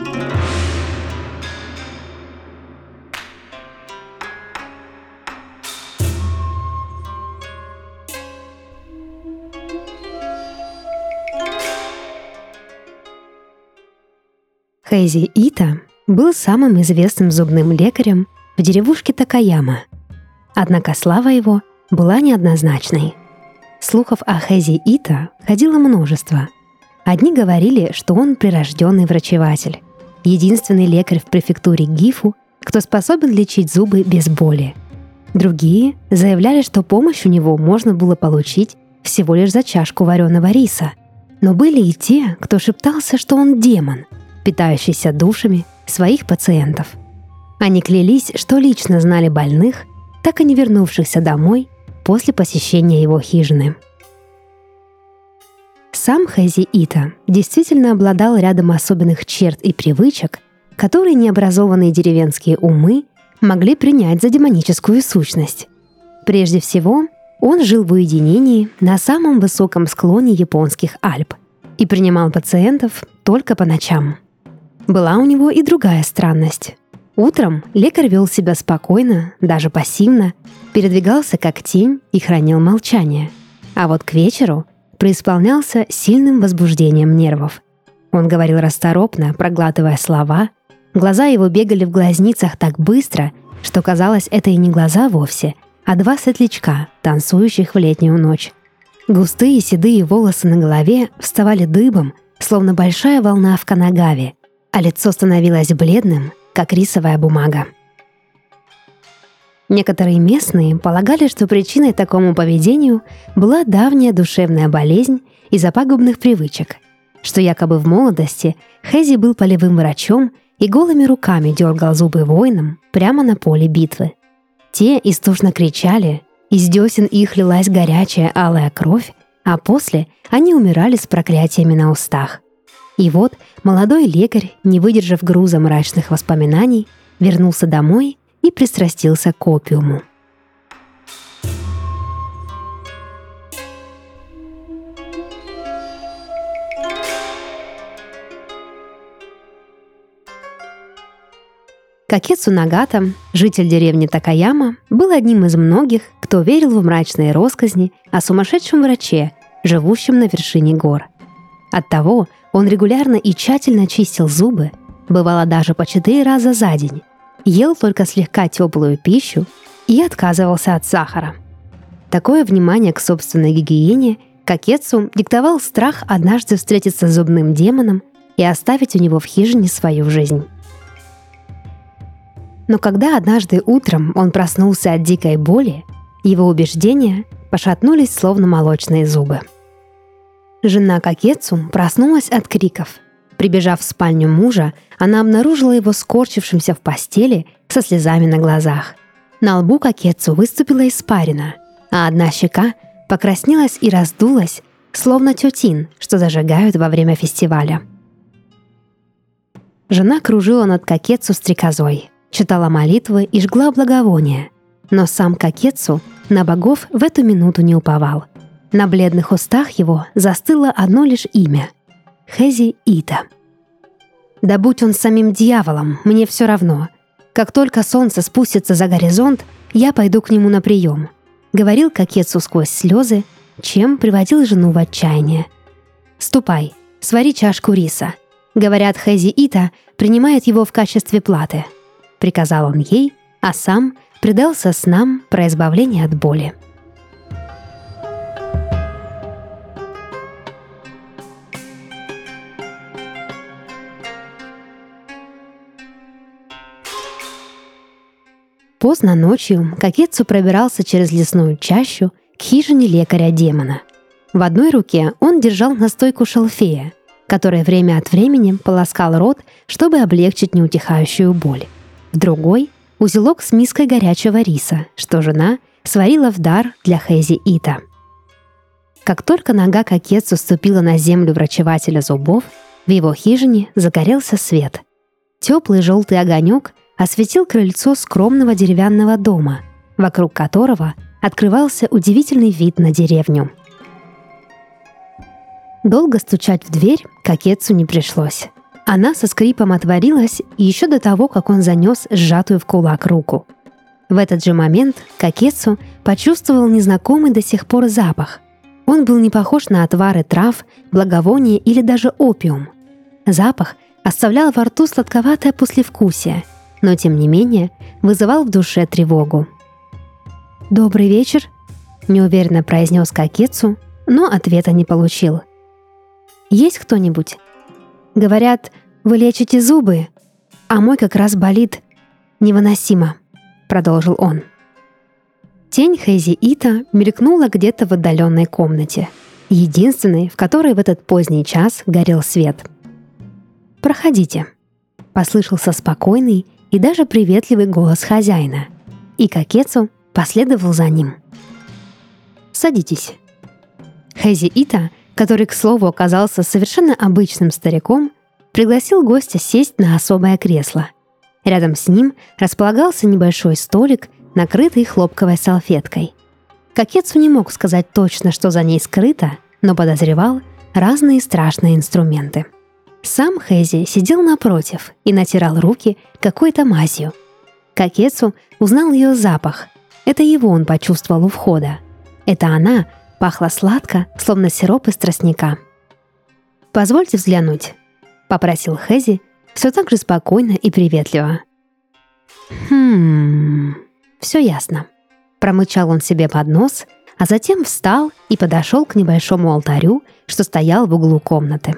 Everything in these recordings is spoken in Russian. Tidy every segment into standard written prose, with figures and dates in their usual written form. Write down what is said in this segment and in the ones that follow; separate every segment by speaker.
Speaker 1: Хэзи Ита был самым известным зубным лекарем в деревушке Такаяма. Однако слава его была неоднозначной. Слухов о Хэзи Ита ходило множество. Одни говорили, что он прирожденный врачеватель, единственный лекарь в префектуре Гифу, кто способен лечить зубы без боли. Другие заявляли, что помощь у него можно было получить всего лишь за чашку вареного риса. Но были и те, кто шептался, что он демон, питающийся душами своих пациентов. Они клялись, что лично знали больных, так и не вернувшихся домой после посещения его хижины. Сам Хэзи Ита действительно обладал рядом особенных черт и привычек, которые необразованные деревенские умы могли принять за демоническую сущность. Прежде всего, он жил в уединении на самом высоком склоне японских Альп и принимал пациентов только по ночам. Была у него и другая странность. Утром лекарь вел себя спокойно, даже пассивно, передвигался как тень и хранил молчание. А вот к вечеру преисполнялся сильным возбуждением нервов. Он говорил расторопно, проглатывая слова. Глаза его бегали в глазницах так быстро, что казалось, это и не глаза вовсе, а два светлячка, танцующих в летнюю ночь. Густые седые волосы на голове вставали дыбом, словно большая волна в Канагаве, а лицо становилось бледным, как рисовая бумага. Некоторые местные полагали, что причиной такому поведению была давняя душевная болезнь из-за пагубных привычек, что якобы в молодости Хэзи был полевым врачом и голыми руками дергал зубы воинам прямо на поле битвы. Те истошно кричали, из десен их лилась горячая алая кровь, а после они умирали с проклятиями на устах. И вот молодой лекарь, не выдержав груза мрачных воспоминаний, вернулся домой и пристрастился к опиуму. Какецу Нагата, житель деревни Такаяма, был одним из многих, кто верил в мрачные россказни о сумасшедшем враче, живущем на вершине гор. Оттого он регулярно и тщательно чистил зубы, бывало даже по 4 раза за день, ел только слегка теплую пищу и отказывался от сахара. Такое внимание к собственной гигиене Какецу диктовал страх однажды встретиться с зубным демоном и оставить у него в хижине свою жизнь. Но когда однажды утром он проснулся от дикой боли, его убеждения пошатнулись, словно молочные зубы. Жена Какецу проснулась от криков. Прибежав в спальню мужа, она обнаружила его скорчившимся в постели со слезами на глазах. На лбу Какецу выступила испарина, а одна щека покраснелась и раздулась, словно тютин, что зажигают во время фестиваля. Жена кружила над Какецу стрекозой, читала молитвы и жгла благовония, но сам Какецу на богов в эту минуту не уповал. На бледных устах его застыло одно лишь имя — Хэзи Ита. «Да будь он самим дьяволом, мне все равно. Как только солнце спустится за горизонт, я пойду к нему на прием», — говорил Какецу сквозь слезы, чем приводил жену в отчаяние. «Ступай, свари чашку риса. Говорят, Хэзи Ита принимает его в качестве платы», — приказал он ей, а сам предался снам про избавление от боли. Поздно ночью Какецу пробирался через лесную чащу к хижине лекаря-демона. В одной руке он держал настойку шалфея, которая время от времени полоскал рот, чтобы облегчить неутихающую боль. В другой — узелок с миской горячего риса, что жена сварила в дар для Хэзи Ита. Как только нога Какецу ступила на землю врачевателя зубов, в его хижине загорелся свет. Теплый желтый огонек осветил крыльцо скромного деревянного дома, вокруг которого открывался удивительный вид на деревню. Долго стучать в дверь Какецу не пришлось. Она со скрипом отворилась еще до того, как он занес сжатую в кулак руку. В этот же момент Какецу почувствовал незнакомый до сих пор запах. Он был не похож на отвары трав, благовония или даже опиум. Запах оставлял во рту сладковатое послевкусие, но тем не менее вызывал в душе тревогу. «Добрый вечер», — неуверенно произнес Какецу, но ответа не получил. «Есть кто-нибудь? Говорят, вы лечите зубы, а мой как раз болит невыносимо», — продолжил он. Тень Хэзи Ита мелькнула где-то в отдаленной комнате, единственной, в которой в этот поздний час горел свет. «Проходите», — послышался спокойный и даже приветливый голос хозяина, и Какецу последовал за ним. «Садитесь». Хэзи Ита, который, к слову, оказался совершенно обычным стариком, пригласил гостя сесть на особое кресло. Рядом с ним располагался небольшой столик, накрытый хлопковой салфеткой. Какецу не мог сказать точно, что за ней скрыто, но подозревал разные страшные инструменты. Сам Хэзи сидел напротив и натирал руки какой-то мазью. Какецу узнал ее запах. Это его он почувствовал у входа. Это она пахла сладко, словно сироп из тростника. «Позвольте взглянуть», — попросил Хэзи, все так же спокойно и приветливо. Все ясно», — промычал он себе под нос, а затем встал и подошел к небольшому алтарю, что стоял в углу комнаты.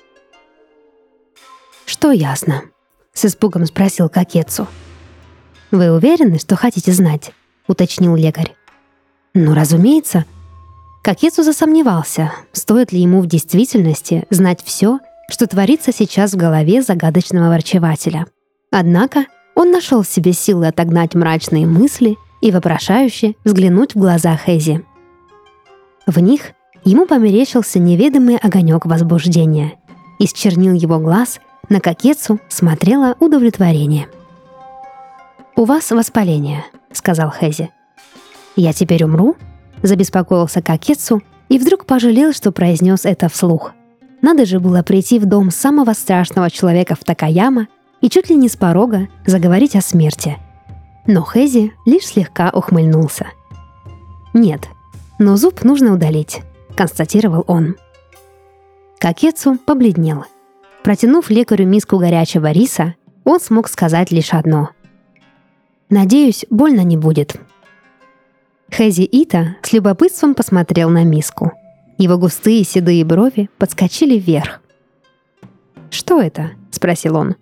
Speaker 1: «Что ясно?» — с испугом спросил Какецу. «Вы уверены, что хотите знать?» — уточнил лекарь. «Ну, разумеется». Какецу засомневался, стоит ли ему в действительности знать все, что творится сейчас в голове загадочного врачевателя. Однако он нашел в себе силы отогнать мрачные мысли и вопрошающе взглянуть в глаза Хэзи. В них ему померещился неведомый огонек возбуждения. Из чернил его глаз на Какецу смотрело удовлетворение. «У вас воспаление», — сказал Хэзи. «Я теперь умру?» — забеспокоился Какецу и вдруг пожалел, что произнес это вслух. Надо же было прийти в дом самого страшного человека в Такаяма и чуть ли не с порога заговорить о смерти. Но Хэзи лишь слегка ухмыльнулся. «Нет, но зуб нужно удалить», — констатировал он. Какецу побледнел. Протянув лекарю миску горячего риса, он смог сказать лишь одно. «Надеюсь, больно не будет». Хэзи Ита с любопытством посмотрел на миску. Его густые седые брови подскочили вверх. «Что это?» — спросил он.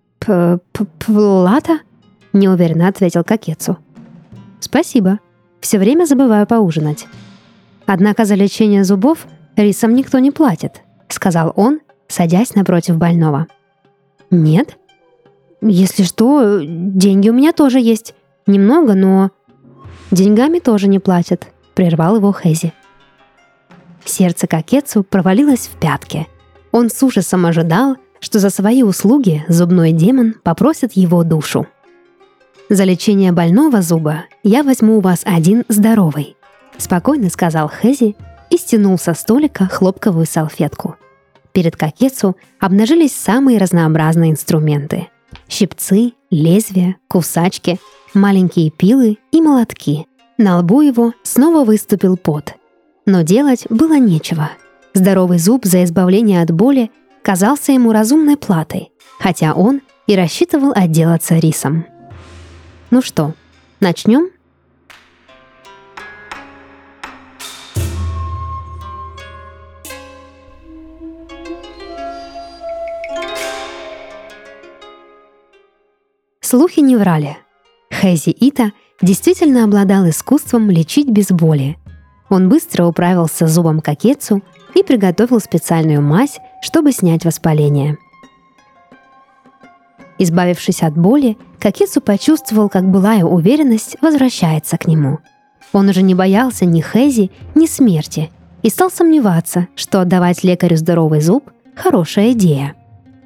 Speaker 1: «Плата?» — неуверенно ответил Какецу. «Спасибо. Все время забываю поужинать. Однако за лечение зубов рисом никто не платит», — сказал он, садясь напротив больного. «Нет? Если что, деньги у меня тоже есть. Немного, но...» «Деньгами тоже не платят», — прервал его Хэзи. Сердце Какецу провалилось в пятки. Он с ужасом ожидал, что за свои услуги зубной демон попросит его душу. «За лечение больного зуба я возьму у вас один здоровый», — спокойно сказал Хэзи и стянул со столика хлопковую салфетку. Перед Какецу обнажились самые разнообразные инструменты: щипцы, лезвия, кусачки, маленькие пилы и молотки. На лбу его снова выступил пот. Но делать было нечего. Здоровый зуб за избавление от боли казался ему разумной платой, хотя он и рассчитывал отделаться рисом. «Ну что, начнем?» Слухи не врали. Хэзи Ита действительно обладал искусством лечить без боли. Он быстро управился с зубом Какецу и приготовил специальную мазь, чтобы снять воспаление. Избавившись от боли, Какецу почувствовал, как былая уверенность возвращается к нему. Он уже не боялся ни Хэзи, ни смерти и стал сомневаться, что отдавать лекарю здоровый зуб – хорошая идея.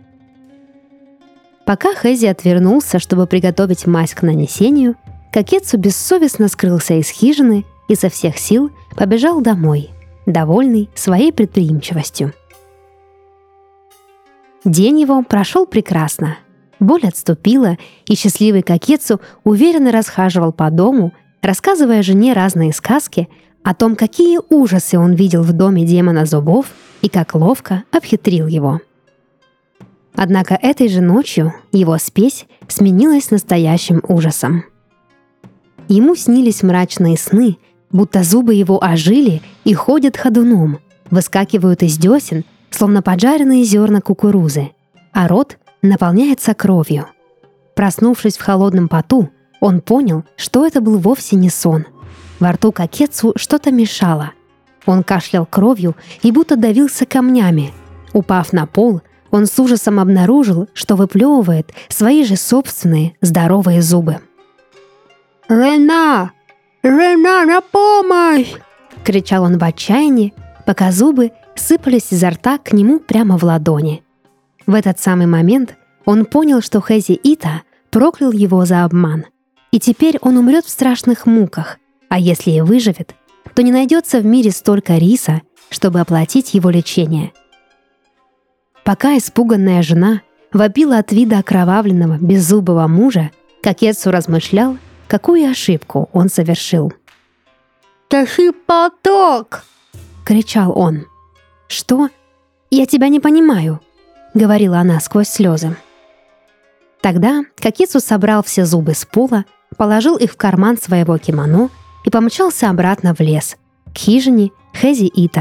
Speaker 1: Пока Хэзи отвернулся, чтобы приготовить мазь к нанесению, Какецу бессовестно скрылся из хижины и со всех сил побежал домой, довольный своей предприимчивостью. День его прошел прекрасно. Боль отступила, и счастливый Какецу уверенно расхаживал по дому, рассказывая жене разные сказки о том, какие ужасы он видел в доме демона зубов и как ловко обхитрил его. Однако этой же ночью его спесь сменилась настоящим ужасом. Ему снились мрачные сны, будто зубы его ожили и ходят ходуном, выскакивают из десен, словно поджаренные зерна кукурузы, а рот наполняется кровью. Проснувшись в холодном поту, он понял, что это был вовсе не сон. Во рту Какецу что-то мешало. Он кашлял кровью и будто давился камнями. Упав на пол, он с ужасом обнаружил, что выплевывает свои же собственные здоровые зубы.
Speaker 2: «Рена! Рена, на помощь!»
Speaker 1: — кричал он в отчаянии, пока зубы сыпались изо рта к нему прямо в ладони. В этот самый момент он понял, что Хэзи Ита проклял его за обман. И теперь он умрет в страшных муках, а если и выживет, то не найдется в мире столько риса, чтобы оплатить его лечение. Пока испуганная жена вопила от вида окровавленного, беззубого мужа, Какецу размышлял, какую ошибку он совершил.
Speaker 2: «Тащи платок!»
Speaker 1: — кричал он. «Что? Я тебя не понимаю», — говорила она сквозь слезы. Тогда Какецу собрал все зубы с пола, положил их в карман своего кимоно и помчался обратно в лес, к хижине Хэзи Ита.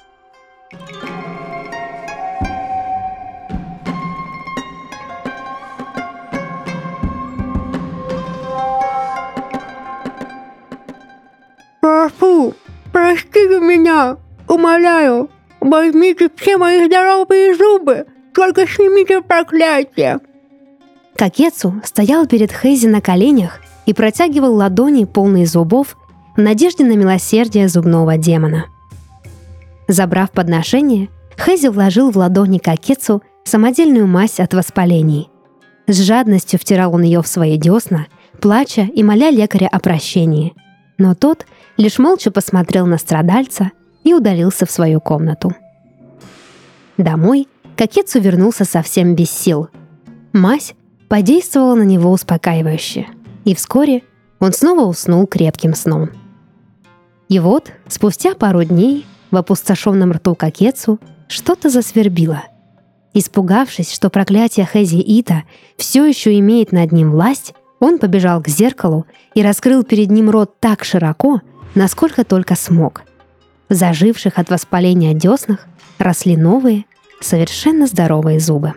Speaker 2: «Прошу, простите меня, умоляю, возьмите все мои здоровые зубы, только снимите проклятие!»
Speaker 1: Какецу стоял перед Хэзи на коленях и протягивал ладони, полные зубов, в надежде на милосердие зубного демона. Забрав подношение, Хэзи вложил в ладони Какецу самодельную мазь от воспалений. С жадностью втирал он ее в свои десна, плача и моля лекаря о прощении. Но тот лишь молча посмотрел на страдальца и удалился в свою комнату. Домой Какецу вернулся совсем без сил. Мазь подействовала на него успокаивающе, и вскоре он снова уснул крепким сном. И вот, спустя пару дней, в опустошенном рту Какецу что-то засвербило. Испугавшись, что проклятие Хэзи Ита все еще имеет над ним власть, он побежал к зеркалу и раскрыл перед ним рот так широко, насколько только смог. В заживших от воспаления деснах росли новые, совершенно здоровые зубы.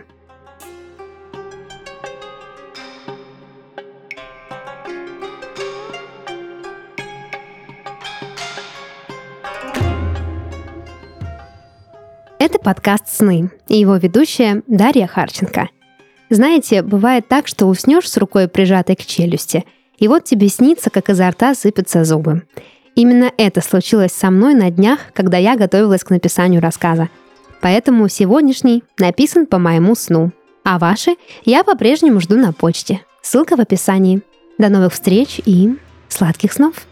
Speaker 1: Это подкаст «Сны» и его ведущая Дарья Харченко. Знаете, бывает так, что уснешь с рукой прижатой к челюсти, и вот тебе снится, как изо рта сыпятся зубы. Именно это случилось со мной на днях, когда я готовилась к написанию рассказа. Поэтому сегодняшний написан по моему сну. А ваши я по-прежнему жду на почте. Ссылка в описании. До новых встреч и сладких снов!